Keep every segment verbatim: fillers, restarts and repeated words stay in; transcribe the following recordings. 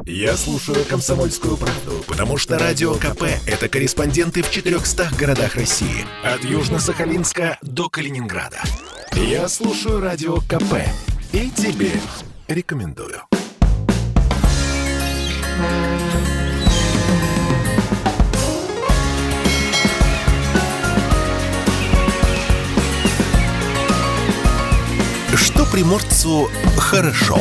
Я слушаю «Комсомольскую правду», потому что Радио КП – это корреспонденты в четырехстах городах России. От Южно-Сахалинска до Калининграда. Я слушаю Радио КП и тебе рекомендую. Что приморцу хорошо.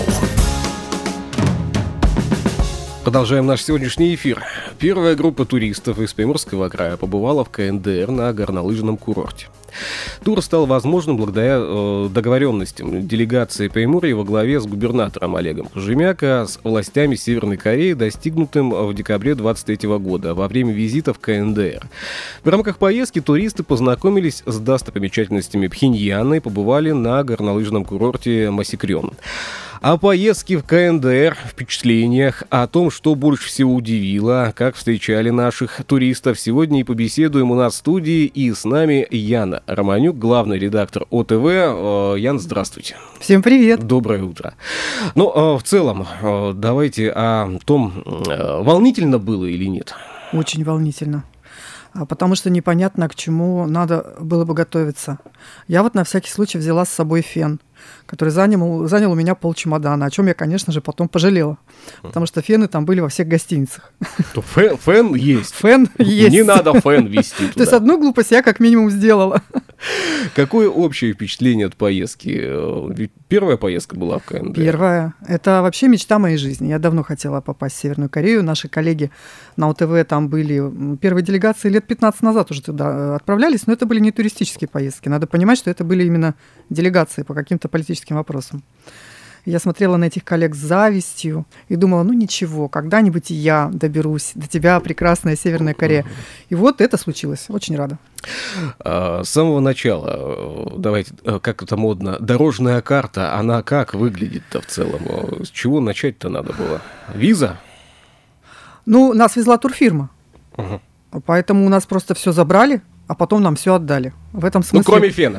Продолжаем наш сегодняшний эфир. Первая группа туристов из Приморского края побывала в ка эн дэ эр на горнолыжном курорте. Тур стал возможным благодаря э, договоренностям делегации Приморья во главе с губернатором Олегом Кожемяко с властями Северной Кореи, достигнутым в декабре двадцать третьего года во время визита в ка эн дэ эр. В рамках поездки туристы познакомились с достопримечательностями Пхеньяна и побывали на горнолыжном курорте Масикрён. О поездке в ка эн дэ эр, впечатлениях, о том, что больше всего удивило, как встречали наших туристов, сегодня и побеседуем у нас в студии. И с нами Яна Романюк, главный редактор о тэ вэ. Ян, здравствуйте. Всем привет. Доброе утро. Ну, в целом, давайте о том, волнительно было или нет? Очень волнительно. Потому что непонятно, к чему надо было бы готовиться. Я вот на всякий случай взяла с собой фен, который занял, занял у меня полчемодана, о чем я, конечно же, потом пожалела. Потому что фены там были во всех гостиницах. То фен, фен есть. Фен есть. Не надо фен везти туда. То есть одну глупость я как минимум сделала. Какое общее впечатление от поездки? Ведь первая поездка была в ка эн дэ эр. Первая. Это вообще мечта моей жизни. Я давно хотела попасть в Северную Корею. Наши коллеги на о тэ вэ там были. Первые делегации лет пятнадцать назад уже туда отправлялись, но это были не туристические поездки. Надо понимать, что это были именно делегации по каким-то политическим вопросам. Я смотрела на этих коллег с завистью и думала, ну ничего, когда-нибудь и я доберусь до тебя, прекрасная Северная Корея. И вот это случилось. Очень рада. С самого начала, давайте, как это модно, дорожная карта, она как выглядит-то в целом? С чего начать-то надо было? Виза? Ну, нас везла турфирма. Угу. Поэтому у нас просто все забрали, а потом нам все отдали. В этом смысле... Ну, кроме фена.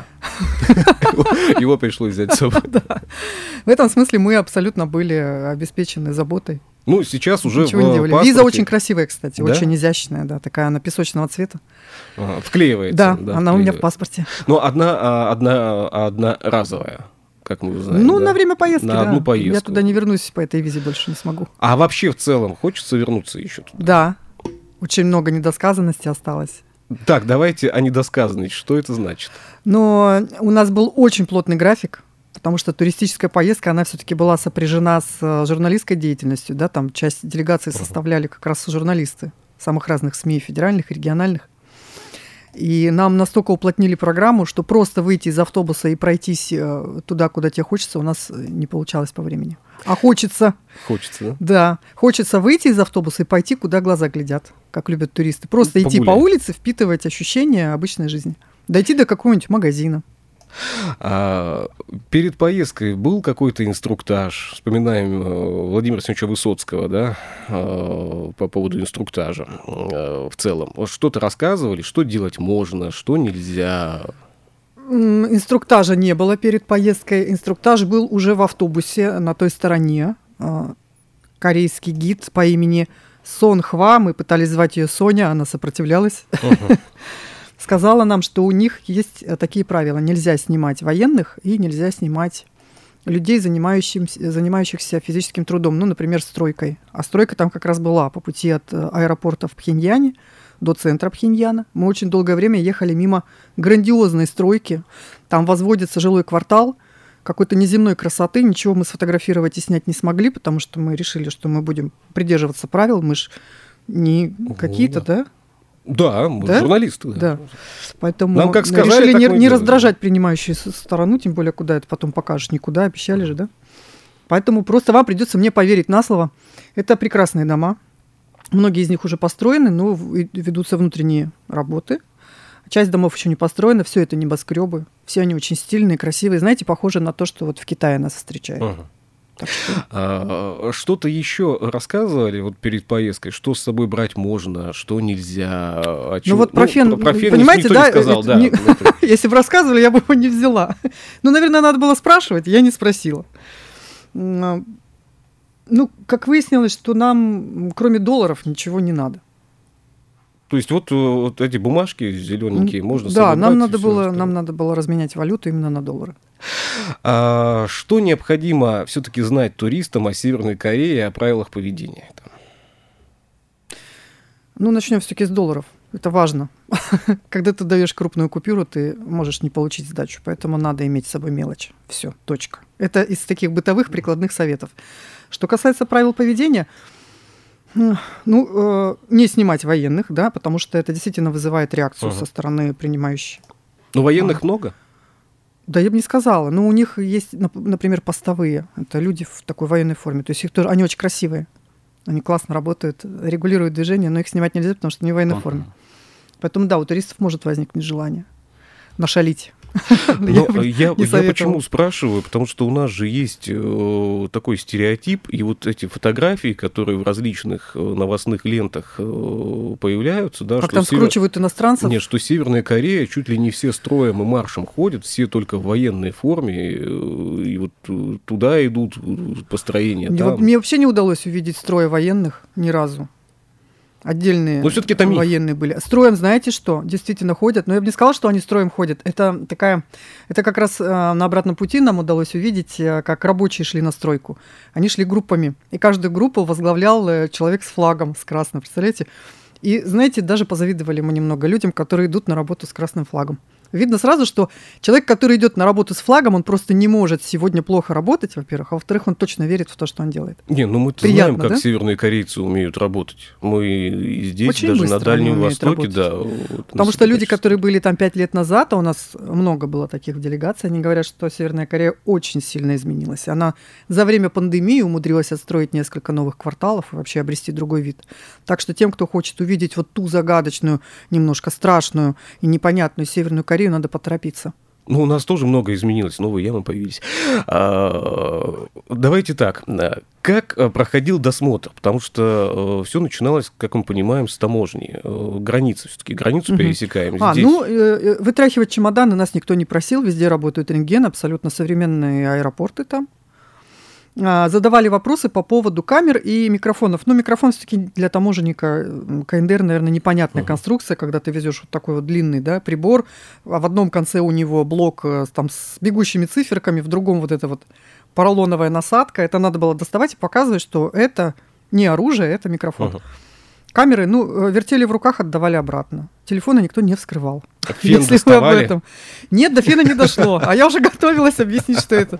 Его пришлось взять с собой. В этом смысле мы абсолютно были обеспечены заботой. Ну, сейчас уже ничего не делали. Виза очень красивая, кстати, очень изящная, да, такая она песочного цвета. Вклеивается. Да, она у меня в паспорте. Но одна, одна, одна разовая, как мы узнаем. Ну, на время поездки, на одну поездку. Я туда не вернусь по этой визе, больше не смогу. А вообще в целом хочется вернуться еще туда? Да, очень много недосказанности осталось. Так, давайте о недосказанности. Что это значит? Но у нас был очень плотный график, потому что туристическая поездка, она все-таки была сопряжена с журналистской деятельностью. Да? Там часть делегации составляли как раз журналисты самых разных СМИ, федеральных и региональных. И нам настолько уплотнили программу, что просто выйти из автобуса и пройтись туда, куда тебе хочется, у нас не получалось по времени. А хочется. Хочется, да? Да. Хочется выйти из автобуса и пойти, куда глаза глядят, как любят туристы. Просто Погуляй. идти по улице, впитывать ощущения обычной жизни. Дойти до какого-нибудь магазина. А перед поездкой был какой-то инструктаж? Вспоминаем Владимира Семеновича Высоцкого, да, по поводу инструктажа в целом. Что-то рассказывали, что делать можно, что нельзя? Инструктажа не было перед поездкой. Инструктаж был уже в автобусе на той стороне. Корейский гид по имени Сон Хва, мы пытались звать ее Соня, она сопротивлялась. Uh-huh. Сказала нам, что у них есть такие правила. Нельзя снимать военных и нельзя снимать людей, занимающихся, занимающихся физическим трудом. Ну, например, стройкой. А стройка там как раз была по пути от аэропорта в Пхеньяне до центра Пхеньяна. Мы очень долгое время ехали мимо грандиозной стройки. Там возводится жилой квартал какой-то неземной красоты. Ничего мы сфотографировать и снять не смогли, потому что мы решили, что мы будем придерживаться правил. Мы ж не Ого, какие-то, да? да? Да, мы да? журналисты. Да. Поэтому нам, как сказали, решили так не, не раздражать принимающую сторону, тем более, куда это потом покажешь, никуда, обещали же, да? Поэтому просто вам придется мне поверить на слово. Это прекрасные дома. Многие из них уже построены, но ведутся внутренние работы. Часть домов еще не построена, все это небоскребы. Все они очень стильные, красивые. Знаете, похожи на то, что вот в Китае нас встречают. Ага. Так что... а, что-то еще рассказывали вот перед поездкой, что с собой брать можно, что нельзя? О чем... Ну вот про фен, ну, про фен понимаете, да? Не сказал, да не... Если бы рассказывали, я бы его не взяла. Ну, наверное, надо было спрашивать, я не спросила. Ну, как выяснилось, что нам, кроме долларов, ничего не надо. То есть вот, вот эти бумажки зелененькие можно да, собрать? нам надо, было, нам надо было разменять валюту именно на доллары. А что необходимо все-таки знать туристам о Северной Корее, о правилах поведения? Ну, начнем все-таки с долларов. Это важно. Когда ты даешь крупную купюру, ты можешь не получить сдачу. Поэтому надо иметь с собой мелочь. Все, точка. Это из таких бытовых прикладных советов. Что касается правил поведения, ну, э, не снимать военных, да, потому что это действительно вызывает реакцию uh-huh. со стороны принимающей. Но военных а. много? Да, я бы не сказала. Но у них есть, например, постовые. Это люди в такой военной форме. То есть их тоже, они очень красивые. Они классно работают, регулируют движение, но их снимать нельзя, потому что они в военной uh-huh. форме. Поэтому, да, у туристов может возникнуть желание нашалить. Но я, я, я почему спрашиваю? Потому что у нас же есть э, такой стереотип, и вот эти фотографии, которые в различных э, новостных лентах э, появляются, да, как что там север... скручивают иностранцев? Нет, что Северная Корея чуть ли не все строем и маршем ходят, все только в военной форме, э, и вот туда идут построения. Мне, там. мне вообще не удалось увидеть строя военных ни разу. Отдельные военные были. Строем, знаете что? Действительно ходят. Но я бы не сказала, что они строем ходят. Это такая, это как раз э, на обратном пути нам удалось увидеть, э, как рабочие шли на стройку. Они шли группами. И каждую группу возглавлял э, человек с флагом, с красным. Представляете? И, знаете, даже позавидовали мы немного людям, которые идут на работу с красным флагом. Видно сразу, что человек, который идет на работу с флагом, он просто не может сегодня плохо работать, во-первых, а во-вторых, он точно верит в то, что он делает. Не, ну мы-то знаем, как да? северные корейцы умеют работать. Мы и здесь, очень даже на Дальнем Востоке, да. Вот, потому что люди, которые были там пять лет назад, а у нас много было таких в делегации, они говорят, что Северная Корея очень сильно изменилась. Она за время пандемии умудрилась отстроить несколько новых кварталов и вообще обрести другой вид. Так что тем, кто хочет увидеть вот ту загадочную, немножко страшную и непонятную Северную Корею, надо поторопиться. Ну, у нас тоже много изменилось, новые ямы появились. А, давайте так. Как проходил досмотр? Потому что все начиналось, как мы понимаем, с таможни. Границы все-таки. Границу угу. пересекаем. А, здесь... ну, э, вытряхивать чемоданы нас никто не просил. Везде работают рентген, абсолютно современные аэропорты там. Задавали вопросы по поводу камер и микрофонов. Ну, микрофон все-таки для таможенника КНДР, наверное, непонятная uh-huh. конструкция, когда ты везешь вот такой вот длинный, да, прибор, а в одном конце у него блок там, с бегущими циферками, в другом вот эта вот поролоновая насадка. Это надо было доставать и показывать, что это не оружие, это микрофон. Uh-huh. Камеры, ну, вертели в руках, отдавали обратно. Телефоны никто не вскрывал. А фен если доставали? Об этом. Нет, до фена не дошло. А я уже готовилась объяснить, что это.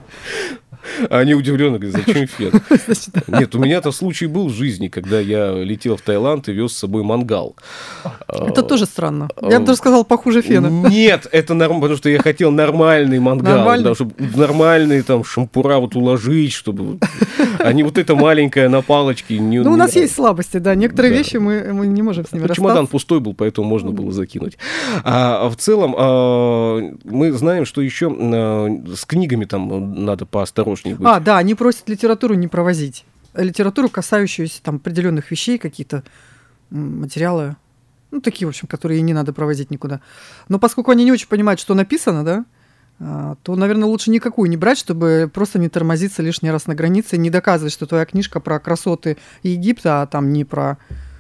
А они удивлены, говорят, зачем фен? Значит, нет, у меня-то случай был в жизни, когда я летел в Таиланд и вез с собой мангал. Это тоже странно. Я бы даже сказал, похуже фена. Нет, это нормально, потому что я хотел нормальный мангал, нормальный? Да, чтобы нормальные там шампура вот уложить, чтобы... А не вот это маленькое на палочке. Не, ну, у не... нас есть слабости, да. Некоторые да. вещи мы, мы не можем с ними расстаться. Чемодан пустой был, поэтому можно было закинуть. А в целом а, мы знаем, что еще а, с книгами там надо поосторожнее быть. А, да, они просят литературу не провозить. Литературу, касающуюся там определенных вещей, какие-то материалы, ну, такие, в общем, которые не надо провозить никуда. Но поскольку они не очень понимают, что написано, да, то, наверное, лучше никакую не брать, чтобы просто не тормозиться лишний раз на границе и не доказывать, что твоя книжка про красоты Египта, а там не про...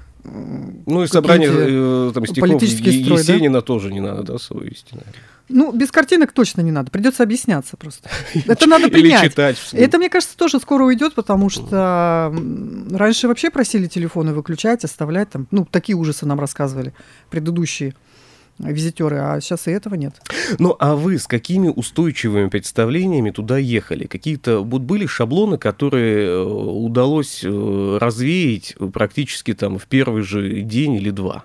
Ну, и собрание э, там, стихов строй, Есенина да? тоже не надо, да, свою истину. Ну, без картинок точно не надо. Придется объясняться просто. Это надо принять. Или читать. Это, мне кажется, тоже скоро уйдет, потому что раньше вообще просили телефоны выключать, оставлять там. Ну, такие ужасы нам рассказывали предыдущие визитеры, а сейчас и этого нет. Ну, а вы с какими устойчивыми представлениями туда ехали? Какие-то вот были шаблоны, которые удалось развеять практически там в первый же день или два?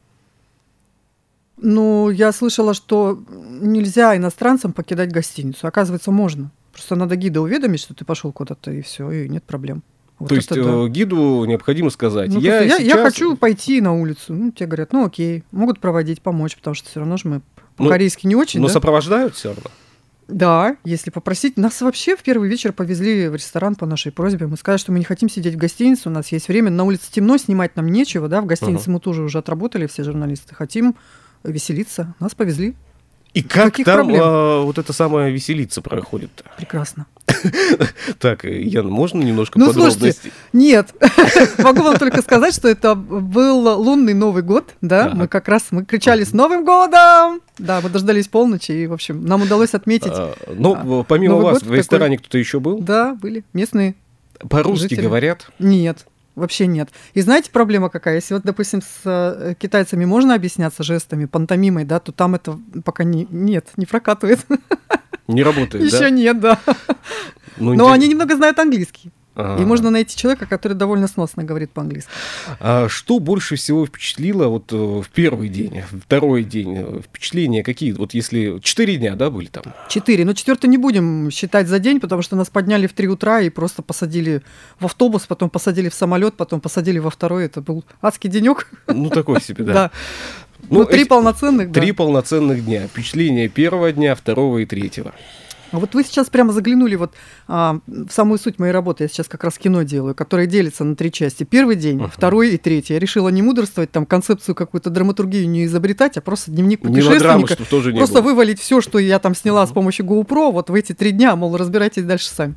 Ну, я слышала, что нельзя иностранцам покидать гостиницу. Оказывается, можно. Просто надо гида уведомить, что ты пошел куда-то, и все, и нет проблем. Вот То есть да. гиду необходимо сказать, ну, я, я, сейчас... я хочу пойти на улицу. Ну, тебе говорят, ну окей, могут проводить, помочь, потому что все равно же мы по-корейски ну, не очень. Но да? сопровождают все равно? Да, если попросить. Нас вообще в первый вечер повезли в ресторан по нашей просьбе. Мы сказали, что мы не хотим сидеть в гостинице, у нас есть время, на улице темно, снимать нам нечего, да, в гостинице uh-huh. мы тоже уже отработали, все журналисты, хотим веселиться. Нас повезли. И как Каких там проблем? а, вот это самое веселиться проходит? Прекрасно. Так, Ян, можно немножко Ну, подробностей? слушайте, нет. Могу вам только сказать, что это был лунный Новый год, да, Так. мы как раз, мы кричали «С Новым годом!» Да, мы дождались полночи, и, в общем, нам удалось отметить. А, Ну, А, помимо Новый вас, год в такой. ресторане кто-то еще был? Да, были местные. По-русски жители. говорят? Нет, вообще нет. И знаете, проблема какая? Если вот, допустим, с э, китайцами можно объясняться жестами, пантомимой, да, то там это пока не, нет, не прокатывает. Не работает, да? Еще нет, да. Ну, Но интерес- они немного знают английский. Ага. И можно найти человека, который довольно сносно говорит по-английски. А что больше всего впечатлило вот э, в первый день, второй день? э, Впечатления какие? Вот если четыре дня, да, были там? Четыре. Но четвертый не будем считать за день, потому что нас подняли в три утра и просто посадили в автобус, потом посадили в самолет, потом посадили во второй. Это был адский денек. Ну, такой себе, да. Да. Ну, три эти- полноценных, да. Три полноценных дня. Впечатления первого дня, второго и третьего. А вот вы сейчас прямо заглянули вот а, в самую суть моей работы. Я сейчас как раз кино делаю, которое делится на три части. Первый день, Ага. второй и третий. Я решила не мудрствовать, там концепцию какую-то драматургию не изобретать, а просто дневник Мелодрамы, путешественника. чтобы тоже не Просто было. вывалить все, что я там сняла с помощью GoPro, вот в эти три дня, мол, разбирайтесь дальше сами.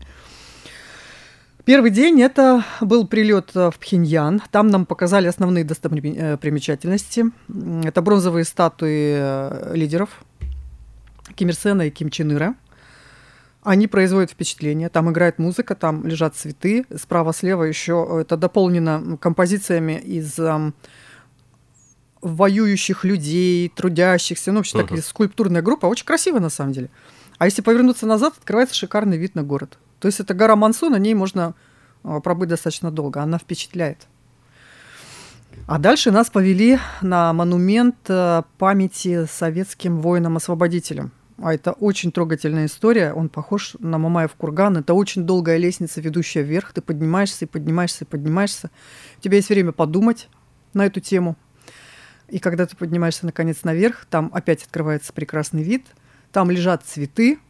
Первый день это был прилет в Пхеньян. Там нам показали основные достопримечательности. Это бронзовые статуи э, лидеров Ким Ир Сена и Ким Чен Ира. Они производят впечатление. Там играет музыка, там лежат цветы. Справа-слева еще это дополнено композициями из эм, воюющих людей, трудящихся. Ну, вообще Ага. такая скульптурная группа. Очень красиво, на самом деле. А если повернуться назад, открывается шикарный вид на город. То есть это гора Мансу, на ней можно э, пробыть достаточно долго. Она впечатляет. А дальше нас повели на монумент э, памяти советским воинам-освободителям. А это очень трогательная история. Он похож на Мамаев курган. Это очень долгая лестница, ведущая вверх. Ты поднимаешься и поднимаешься и поднимаешься. У тебя есть время подумать на эту тему. И когда ты поднимаешься наконец наверх, там опять открывается прекрасный вид. Там лежат цветы.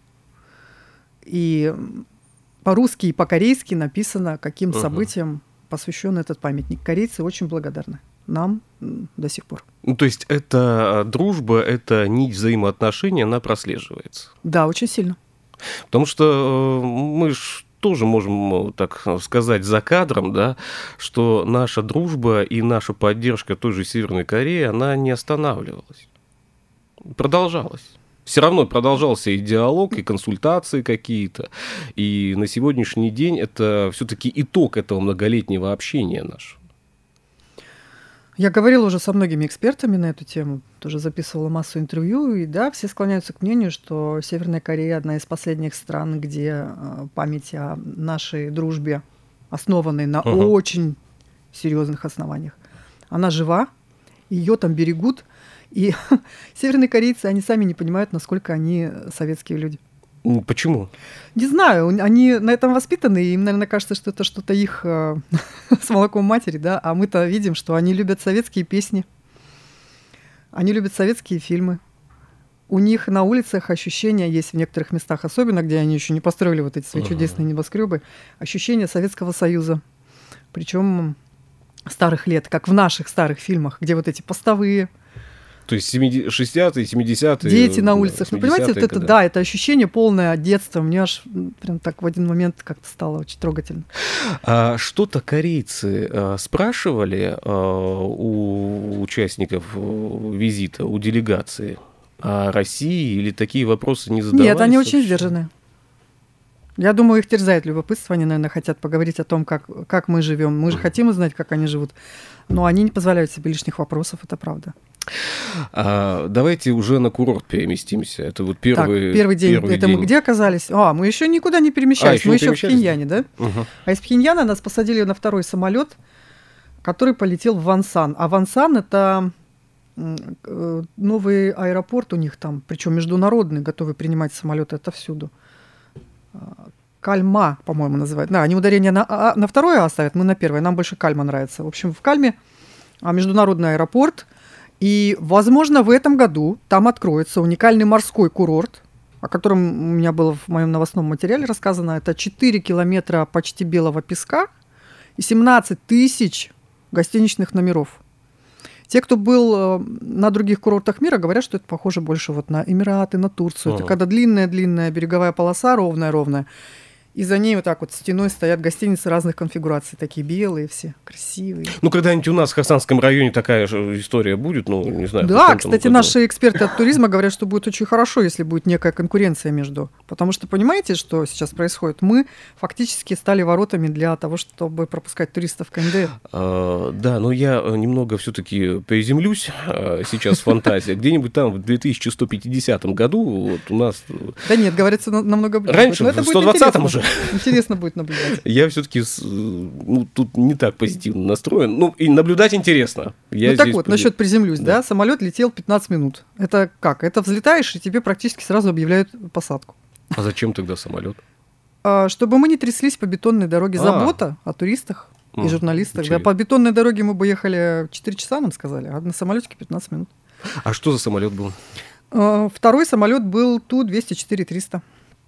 И по-русски и по-корейски написано, каким Ага. событиям посвящен этот памятник. Корейцы очень благодарны нам м, до сих пор. Ну, то есть это дружба, это нить взаимоотношений, она прослеживается. Да, очень сильно. Потому что э, мы ж тоже можем, э, так сказать, за кадром, да, что наша дружба и наша поддержка той же Северной Кореи, она не останавливалась. Продолжалась. Все равно продолжался и диалог, и консультации какие-то. И на сегодняшний день это все-таки итог этого многолетнего общения нашего. Я говорила уже со многими экспертами на эту тему, тоже записывала массу интервью, и да, все склоняются к мнению, что Северная Корея одна из последних стран, где э, память о нашей дружбе, основанной на Ага. очень серьезных основаниях, она жива, ее там берегут, и северные корейцы, они сами не понимают, насколько они советские люди. М, Почему? Не знаю, у- они на этом воспитаны, и им, наверное, кажется, что это что-то их э, с молоком матери, да, а мы-то видим, что они любят советские песни, они любят советские фильмы. У них на улицах ощущения есть в некоторых местах, особенно где они еще не построили вот эти свои Ага. чудесные небоскребы, ощущение Советского Союза, причем старых лет, как в наших старых фильмах, где вот эти постовые, То есть семидесятые, шестидесятые, семидесятые. дети на да, улицах. Ну, понимаете, вот восьмидесятые это, годы. да, это ощущение полное детства. Мне аж м, прям так в один момент как-то стало очень трогательно. А что-то корейцы а, спрашивали а, у участников э, визита, у делегации о России, или такие вопросы не задавались? Нет, они очень вообще? сдержанные. Я думаю, их терзает любопытство. Они, наверное, хотят поговорить о том, как, как мы живем. Мы же хотим узнать, как они живут. Но они не позволяют себе лишних вопросов, это правда. А, давайте уже на курорт переместимся. Это вот первый, так, первый день. первый это день. мы где оказались? А, мы еще никуда не перемещались. А, еще мы не еще в перемещались? Пхеньяне, да? Мгм. А из Пхеньяна нас посадили на второй самолет, который полетел в Вансан. А Вансан это м, э, новый аэропорт у них там, причем международный, готовый принимать самолеты отовсюду. А, Кальма, по-моему, называют. Да, они ударение на, а, на второе оставят, мы на первое. Нам больше Кальма нравится. В общем, в Кальме а, международный аэропорт. И, возможно, в этом году там откроется уникальный морской курорт, о котором у меня было в моем новостном материале рассказано. Это четыре километра почти белого песка и семнадцать тысяч гостиничных номеров. Те, кто был на других курортах мира, говорят, что это похоже больше вот на Эмираты, на Турцию. Ага. Это когда длинная-длинная береговая полоса, ровная-ровная. И за ней вот так вот стеной стоят гостиницы разных конфигураций, такие белые все, красивые. Ну, когда-нибудь у нас в Хасанском районе такая же история будет, ну, не знаю. Да, кстати, году. Наши эксперты от туризма говорят, что будет очень хорошо, если будет некая конкуренция между. Потому что, понимаете, что сейчас происходит? Мы фактически стали воротами для того, чтобы пропускать туристов в КНДР. А, да, но я немного все-таки приземлюсь а, сейчас в фантазии. Где-нибудь там в две тысячи сто пятидесятом году вот у нас... Да нет, говорится, намного ближе. Раньше, в сто двадцатом уже. Интересно будет наблюдать. Я все-таки ну, тут не так позитивно настроен. Ну, и наблюдать интересно. Я ну так вот, при... насчет приземлюсь, да. да, самолет летел пятнадцать минут. Это как? Это взлетаешь, и тебе практически сразу объявляют посадку. А зачем тогда самолет? А, чтобы мы не тряслись по бетонной дороге. А. Забота о туристах и mm, журналистах. Да, по бетонной дороге мы бы ехали четыре часа, нам сказали, а на самолетике пятнадцать минут. А что за самолет был? А, второй самолет был Ту двести четыре триста.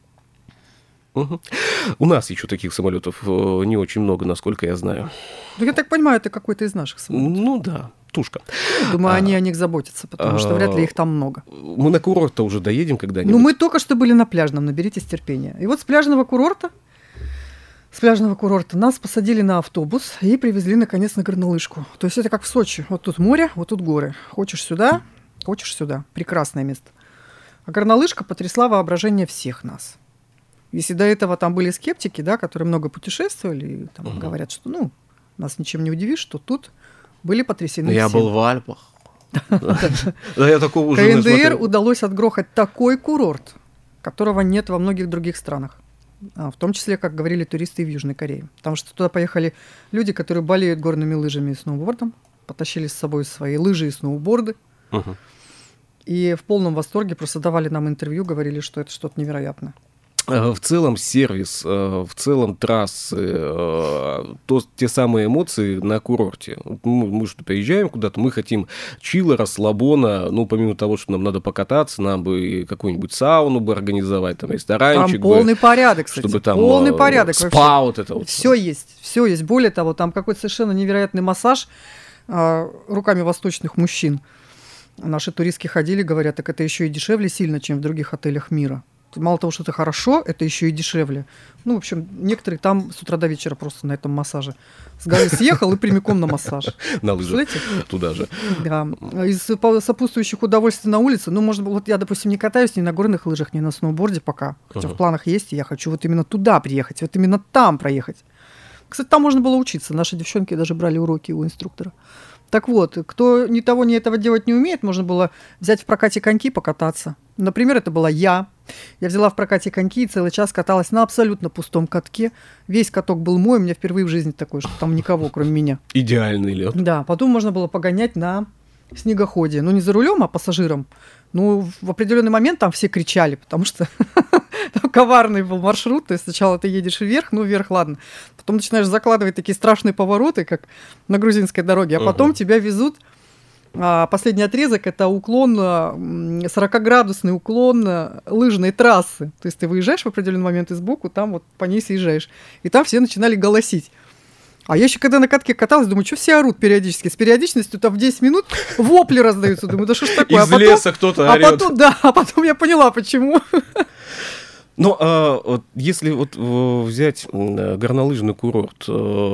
Угу. У нас еще таких самолетов не очень много, насколько я знаю. Ну, я так понимаю, это какой-то из наших самолетов. Ну да, Тушка. Думаю, а, они о них заботятся, потому что вряд ли их там много. Мы на курорт-то уже доедем когда-нибудь? Ну, мы только что были на пляжном, наберитесь терпения. И вот с пляжного курорта, с пляжного курорта нас посадили на автобус и привезли, наконец, на горнолыжку. То есть это как в Сочи. Вот тут море, вот тут горы. Хочешь сюда, хочешь сюда. Прекрасное место. А горнолыжка потрясла воображение всех нас. Если до этого там были скептики, да, которые много путешествовали, и там угу. говорят, что ну, нас ничем не удивишь, что тут были потрясены Я все. был в Альпах. Я такого уже не смотрел. КНДР удалось отгрохать такой курорт, которого нет во многих других странах. В том числе, как говорили туристы и в Южной Корее. Потому что туда поехали люди, которые болеют горными лыжами и сноубордом, потащили с собой свои лыжи и сноуборды. И в полном восторге просто давали нам интервью, говорили, что это что-то невероятное. В целом сервис, в целом трассы, то, те самые эмоции на курорте. Мы, мы что, приезжаем куда-то, мы хотим чила, расслабона, ну, помимо того, что нам надо покататься, нам бы какую-нибудь сауну бы организовать, там, ресторанчик. Там полный бы, порядок, кстати, чтобы там полный порядок. Спа вот это вот. Все есть, все есть. Более того, там какой-то совершенно невероятный массаж руками восточных мужчин. Наши туристки ходили, говорят, так это еще и дешевле сильно, чем в других отелях мира. Мало того, что это хорошо, это еще и дешевле. Ну, в общем, некоторые там с утра до вечера просто на этом массаже. С горы съехал и прямиком на массаж. На лыжах туда же. Да. Из сопутствующих удовольствий на улице, ну, может быть, вот я, допустим, не катаюсь ни на горных лыжах, ни на сноуборде пока. Хотя в планах есть, и я хочу вот именно туда приехать, вот именно там проехать. Кстати, там можно было учиться. Наши девчонки даже брали уроки у инструктора. Так вот, кто ни того, ни этого делать не умеет, можно было взять в прокате коньки, покататься. Например, это была я. Я взяла в прокате коньки и целый час каталась на абсолютно пустом катке. Весь каток был мой, у меня впервые в жизни такое, что там никого, кроме меня. Идеальный лед. Да, потом можно было погонять на снегоходе. Ну, не за рулем, а пассажиром. Ну, в определенный момент там все кричали, потому что там коварный был маршрут. То есть сначала ты едешь вверх, ну, вверх, ладно. Потом начинаешь закладывать такие страшные повороты, как на грузинской дороге, а потом тебя везут. Последний отрезок – это уклон, сорокаградусный уклон лыжной трассы. То есть ты выезжаешь в определенный момент и сбоку, там вот по ней съезжаешь. И там все начинали голосить. А я еще когда на катке каталась, думаю, что все орут периодически. С периодичностью там в десять минут вопли раздаются. Думаю, да что ж такое? Из а потом, леса кто-то орет. А потом, да, а потом я поняла, почему. Ну, а, вот, если вот взять горнолыжный курорт,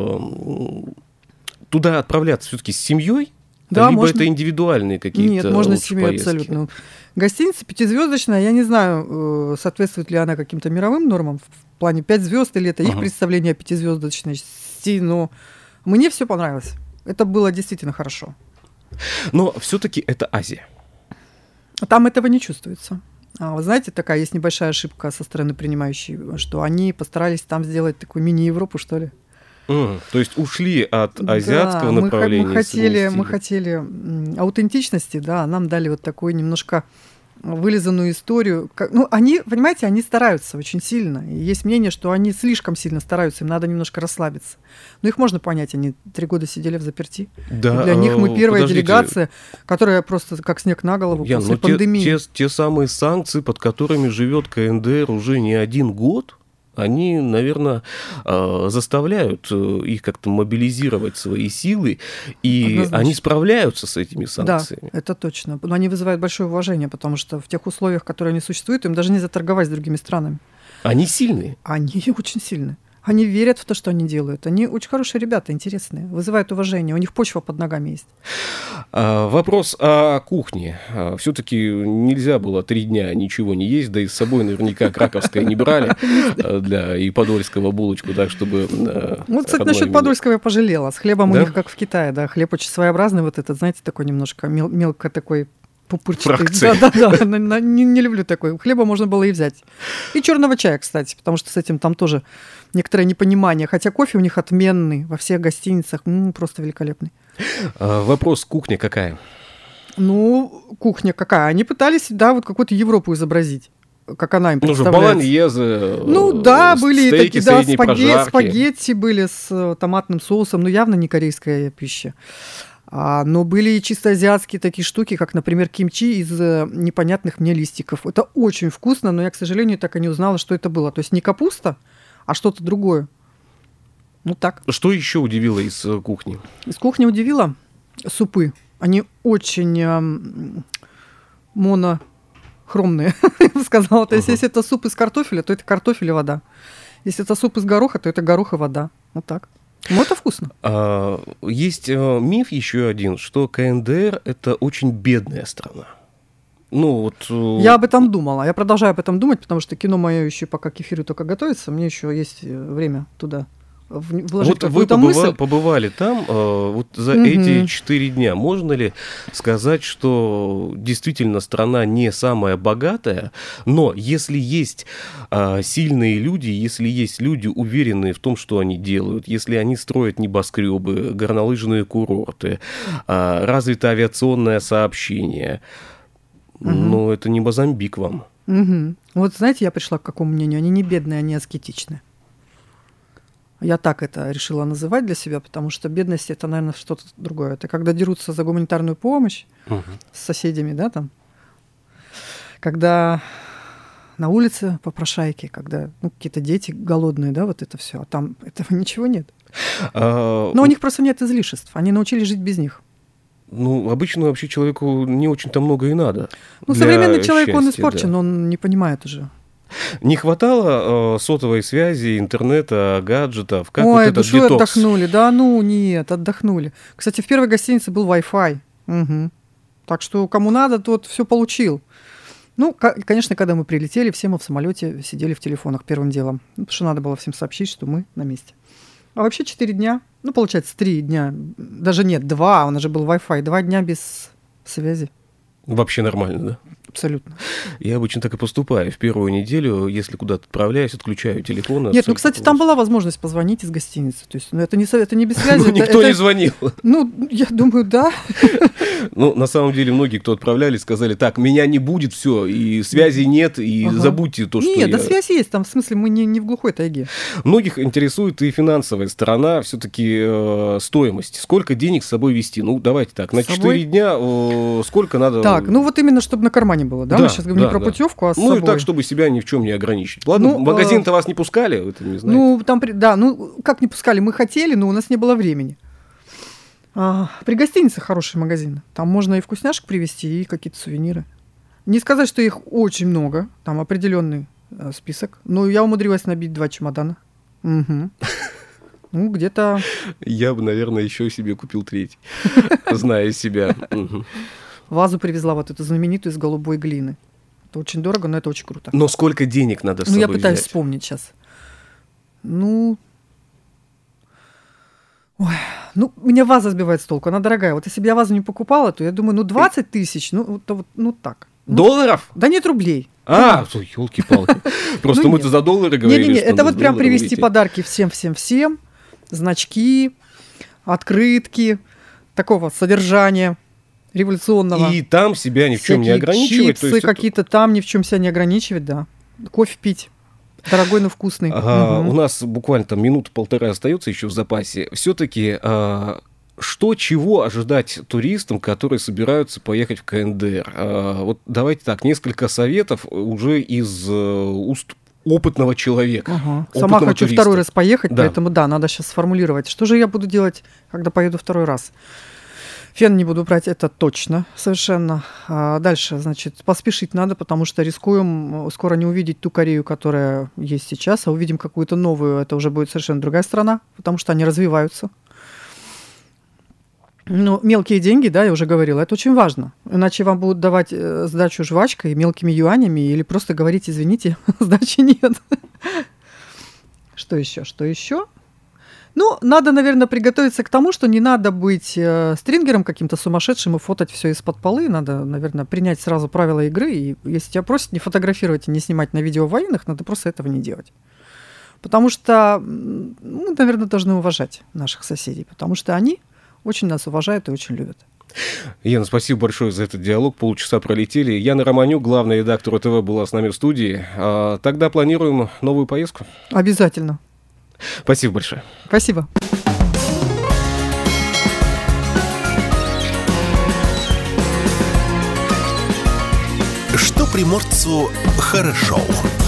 туда отправляться все-таки с семьей? Да, либо можно... это индивидуальные какие-то Нет, можно с семьей поездки. Абсолютно. Гостиница пятизвездочная, я не знаю, соответствует ли она каким-то мировым нормам в плане пять звезд, или это их uh-huh. представление о пятизвездочности, но мне все понравилось. Это было действительно хорошо. Но все-таки это Азия. Там этого не чувствуется. А, вы знаете, такая есть небольшая ошибка со стороны принимающей, что они постарались там сделать такую мини-Европу, что ли. Mm, то есть ушли от азиатского да, направления. Мы, мы, хотели, мы хотели аутентичности, да, нам дали вот такую немножко вылизанную историю. Ну, они, понимаете, они стараются очень сильно. И есть мнение, что они слишком сильно стараются, им надо немножко расслабиться. Но их можно понять, они три года сидели взаперти. Да, и для них мы первая подождите. делегация, которая просто как снег на голову Ян, после пандемии. Те, те, те самые санкции, под которыми живет КНДР уже не один год, они, наверное, заставляют их как-то мобилизировать свои силы, и Однозначно. Они справляются с этими санкциями. Да, это точно. Но они вызывают большое уважение, потому что в тех условиях, которые они существуют, им даже нельзя торговать с другими странами. Они сильные? Они очень сильные. Они верят в то, что они делают. Они очень хорошие ребята, интересные, вызывают уважение. У них почва под ногами есть. А, вопрос о кухне. А, все-таки нельзя было три дня ничего не есть, да и с собой наверняка краковское не брали для и подольского булочку, так чтобы... Вот, кстати, насчет подольского я пожалела. С хлебом у них как в Китае, да, хлеб очень своеобразный, вот этот, знаете, такой немножко мелко такой пупырчатый. Да, да, да. Не, не люблю такой. Хлеба можно было и взять. И черного чая, кстати, потому что с этим там тоже некоторое непонимание. Хотя кофе у них отменный во всех гостиницах. М-м, просто великолепный. А, вопрос, кухня какая? Ну, кухня какая? Они пытались, да, вот какую-то Европу изобразить. Как она им представляется. Ну, болоньезе, ну, да, были такие, да, спагетти, спагетти были с томатным соусом, но явно не корейская пища. А, но были и чисто азиатские такие штуки, как, например, кимчи из непонятных мне листиков. Это очень вкусно, но я, к сожалению, так и не узнала, что это было. То есть не капуста, а что-то другое. Ну так. Что еще удивило из кухни? Из кухни удивило супы. Они очень э, монохромные, я бы сказала. То есть, uh-huh. если это суп из картофеля, то это картофель и вода. Если это суп из гороха, то это горох и вода. Вот так. Ну, это вкусно. А, есть а, миф еще один, что КНДР – это очень бедная страна. Ну, вот... Я об этом думала. Я продолжаю об этом думать, потому что кино мое еще пока к эфиру только готовится. Мне еще есть время туда вложить. Вот вы побыва- побывали там э, вот за угу. эти четыре дня. Можно ли сказать, что действительно страна не самая богатая, но если есть э, сильные люди, если есть люди, уверенные в том, что они делают, если они строят небоскребы, горнолыжные курорты, э, развито авиационное сообщение, угу. ну, это не Мозамбик вам. Угу. Вот знаете, я пришла к какому мнению? Они не бедные, они аскетичны. Я так это решила называть для себя, потому что бедность – это, наверное, что-то другое. Это когда дерутся за гуманитарную помощь uh-huh. с соседями, да, там. Когда на улице попрошайки, когда ну, какие-то дети голодные, да, вот это все. А там этого ничего нет. Uh, Но у них просто нет излишеств. Они научились жить без них. Ну, обычно вообще человеку не очень-то много и надо. Ну, современный человек, он испорчен, да. Он не понимает уже. Не хватало э, сотовой связи, интернета, гаджетов? Как Ой, вот этот душой детокс? Отдохнули. Да ну, нет, отдохнули. Кстати, в первой гостинице был Wi-Fi. Угу. Так что кому надо, тот все получил. Ну, конечно, когда мы прилетели, все мы в самолете сидели в телефонах первым делом. Потому что надо было всем сообщить, что мы на месте. А вообще четыре дня, ну, получается, три дня, даже нет, два, у нас же был Wi-Fi, два дня без связи. Вообще нормально, да? Абсолютно. Я обычно так и поступаю. В первую неделю, если куда-то отправляюсь, отключаю телефон. Нет, ну, кстати, там была возможность позвонить из гостиницы. То есть, ну, это не, это не без связи. Ну, никто не звонил. Ну, я думаю, да. Ну, на самом деле, многие, кто отправлялись, сказали, так, меня не будет, все, и связи нет, и забудьте то, что Нет, да связь есть, там, в смысле, мы не в глухой тайге. Многих интересует и финансовая сторона, все-таки стоимость. Сколько денег с собой везти? Ну, давайте так, на четыре дня сколько надо... Так, ну, вот именно, чтобы на кармане было, да? Да, мы сейчас говорим да, не про да. путевку, а с ну, собой. И так, чтобы себя ни в чем не ограничить. Ладно, ну, в магазин-то а... вас не пускали, вы это не знаете. Ну, там, да, ну, как не пускали, мы хотели, но у нас не было времени. А, при гостинице хорошие магазины. Там можно и вкусняшек привезти, и какие-то сувениры. Не сказать, что их очень много, там определенный э, список, но я умудрилась набить два чемодана. Угу. Ну, где-то... Я бы, наверное, еще себе купил третий, зная себя. Вазу привезла вот эту знаменитую из голубой глины. Это очень дорого, но это очень круто. Но сколько денег надо с собой взять? Ну, я пытаюсь взять? вспомнить сейчас. Ну... Ой, ну, меня ваза сбивает с толку, она дорогая. Вот если бы я вазу не покупала, то я думаю, ну, двадцать тысяч, ну, то, ну, так. Ну, долларов? Да нет, рублей. А, ну, ёлки-палки. Просто мы-то за доллары говорили. Не-не-не, это вот прям привезти подарки всем-всем-всем, значки, открытки, такого содержания революционного. И там себя ни в чем не ограничивать. Чипсы какие-то там ни в чем себя не ограничивать, да. Кофе пить. Дорогой, но вкусный. А, угу. У нас буквально там минута-полтора остается еще в запасе. Все-таки а, что, чего ожидать туристам, которые собираются поехать в КНДР? А, вот давайте так, несколько советов уже из уст опытного человека. Ага. Сама хочу туриста. второй раз поехать, Да. поэтому да, надо сейчас сформулировать. Что же я буду делать, когда поеду второй раз? Фен не буду брать, это точно, совершенно. А дальше, значит, поспешить надо, потому что рискуем скоро не увидеть ту Корею, которая есть сейчас, а увидим какую-то новую. Это уже будет совершенно другая страна, потому что они развиваются. Ну, мелкие деньги, да, я уже говорила, это очень важно. Иначе вам будут давать э, сдачу жвачкой, мелкими юанями, или просто говорить, извините, сдачи нет. Что еще? Что еще? Ну, надо, наверное, приготовиться к тому, что не надо быть э, стрингером каким-то сумасшедшим и фотать все из-под полы. Надо, наверное, принять сразу правила игры. И если тебя просят не фотографировать и не снимать на видео военных, надо просто этого не делать. Потому что мы, наверное, должны уважать наших соседей, потому что они очень нас уважают и очень любят. Яна, спасибо большое за этот диалог. Полчаса пролетели. Яна Романюк, главный редактор ТВ, была с нами в студии. А, тогда планируем новую поездку. Обязательно. Спасибо большое. Спасибо. Что приморцу хорошо.